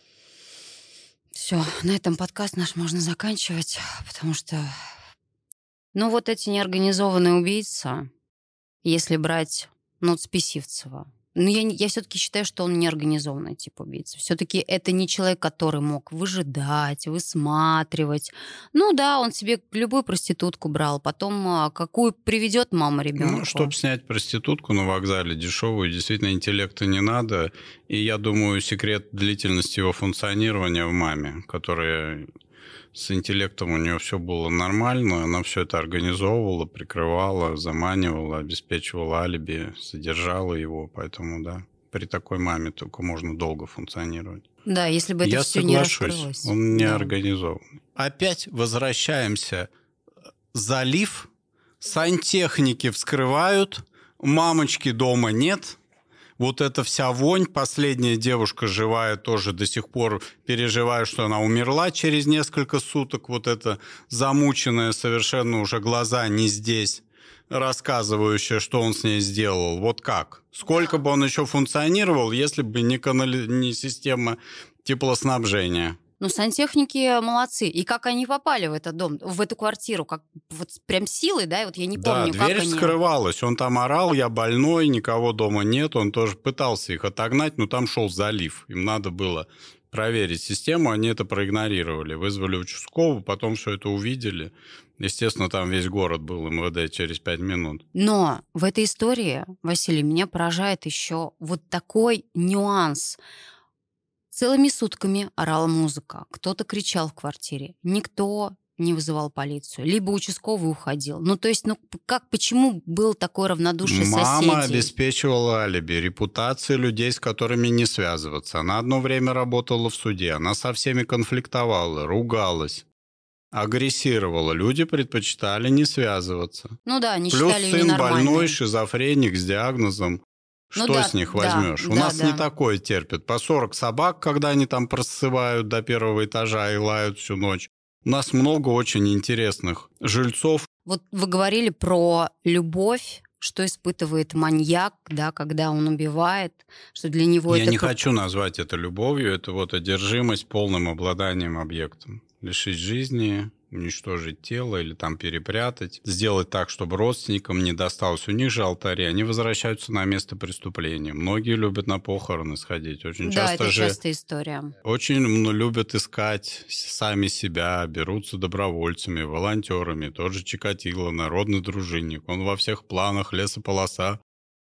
Все, на этом подкаст наш можно заканчивать, потому что, ну, вот эти неорганизованные убийцы, если брать Списивцева, ну, я все-таки считаю, что он неорганизованный тип убийцы. Все-таки это не человек, который мог выжидать, высматривать. Ну да, он себе любую проститутку брал, потом какую приведет мама ребенку. Ну, чтобы снять проститутку на вокзале дешевую, действительно интеллекта не надо. И я думаю, секрет длительности его функционирования в маме, которая с интеллектом у нее все было нормально, она все это организовывала, прикрывала, заманивала, обеспечивала алиби, содержала его, поэтому да, при такой маме только можно долго функционировать. Да, если бы это все не раскрылось. Он не организован. Опять возвращаемся. Залив, сантехники вскрывают, мамочки дома нет. Вот эта вся вонь, последняя девушка живая тоже до сих пор переживаю, что она умерла через несколько суток. Вот эта замученная совершенно уже глаза не здесь, рассказывающая, что он с ней сделал. Вот как? Сколько бы он еще функционировал, если бы не система теплоснабжения? Ну, сантехники молодцы. И как они попали в этот дом, в эту квартиру? Как вот прям силой, да? Вот я не помню, да, как дверь они... вскрывалась. Он там орал, я больной, никого дома нет. Он тоже пытался их отогнать, но там шел залив. Им надо было проверить систему, они это проигнорировали. Вызвали участкового, потом все это увидели. Естественно, там весь город был МВД через 5 минут. Но в этой истории, Василий, меня поражает еще вот такой нюанс. Целыми сутками орала музыка. Кто-то кричал в квартире. Никто не вызывал полицию. Либо участковый уходил. Ну, то есть, почему был такой равнодушие соседей? Мама обеспечивала алиби, репутации людей, с которыми не связываться. Она одно время работала в суде. Она со всеми конфликтовала, ругалась, агрессировала. Люди предпочитали не связываться. Ну да, они Плюс считали ее сын ненормальной. больной, шизофреник с диагнозом. Что с них возьмешь? У нас не такое терпят. По 40 собак, когда они там просывают до первого этажа и лают всю ночь. У нас много очень интересных жильцов. Вот вы говорили про любовь, что испытывает маньяк, да, когда он убивает, что для него Я не хочу назвать это любовью, это вот одержимость полным обладанием объектом. Лишить жизни, уничтожить тело или там перепрятать, сделать так, чтобы родственникам не досталось. У них же алтари, они возвращаются на место преступления. Многие любят на похороны сходить. Очень да, часто это же частая история. Очень любят искать сами себя, берутся добровольцами, волонтерами. Тот же Чикатило, народный дружинник. Он во всех планах лесополоса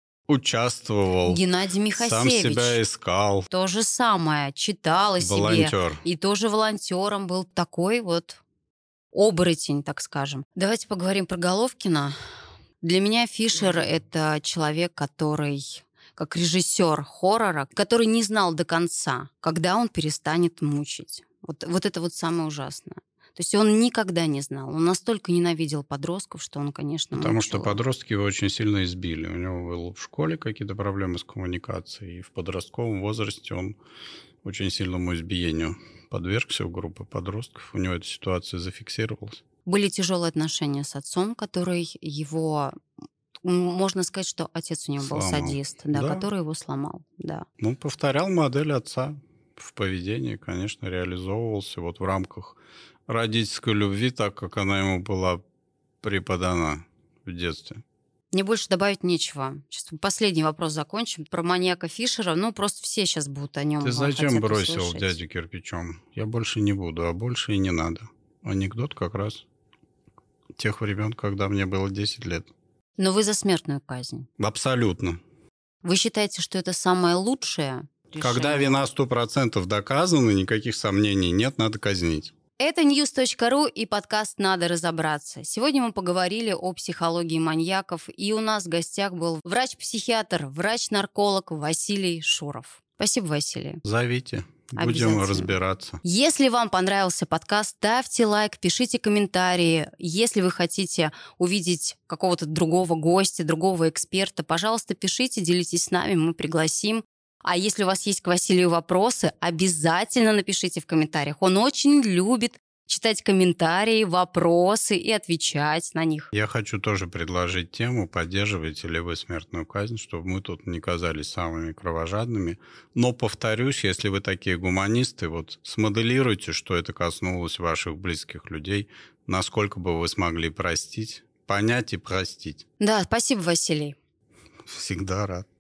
участвовал. Геннадий Михасевич. Сам себя искал. То же самое. Читал о Волонтер. себе. И тоже волонтером был такой вот оборотень, так скажем. Давайте поговорим про Головкина. Для меня Фишер — это человек, который, как режиссер хоррора, который не знал до конца, когда он перестанет мучить. Вот это вот самое ужасное. То есть он никогда не знал. Он настолько ненавидел подростков, что он, конечно, Потому мучил. что подростки его очень сильно избили. У него было в школе какие-то проблемы с коммуникацией. И в подростковом возрасте он очень сильному избиению подвергся в группы подростков. У него эта ситуация зафиксировалась. Были тяжелые отношения с отцом, который его... Можно сказать, что отец у него был садист, да, который его сломал. Да. Ну, повторял модель отца. в поведении, конечно, реализовывался вот в рамках родительской любви, так как она ему была преподана в детстве. Мне больше добавить нечего. Сейчас последний вопрос закончим. Про маньяка Фишера. Ну, просто все сейчас будут о нем Ты зачем хотят бросил услышать. дядю кирпичом? Я больше не буду, а больше и не надо. Анекдот как раз тех времен, когда мне было 10 лет. Но вы за смертную казнь. Абсолютно. Вы считаете, что это самое лучшее решение? Когда вина 100% доказана, никаких сомнений нет, надо казнить. Это news.ru и подкаст «Надо разобраться». Сегодня мы поговорили о психологии маньяков, и у нас в гостях был врач-психиатр, врач-нарколог Василий Шуров. Спасибо, Василий. Зовите, будем разбираться. Если вам понравился подкаст, ставьте лайк, пишите комментарии. Если вы хотите увидеть какого-то другого гостя, другого эксперта, пожалуйста, пишите, делитесь с нами, мы пригласим. А если у вас есть к Василию вопросы, обязательно напишите в комментариях. Он очень любит читать комментарии, вопросы и отвечать на них. Я хочу тоже предложить тему, поддерживаете ли вы смертную казнь, чтобы мы тут не казались самыми кровожадными. Но, повторюсь, если вы такие гуманисты, вот смоделируйте, что это коснулось ваших близких людей, насколько бы вы смогли простить, понять и простить. Да, спасибо, Василий. Всегда рад.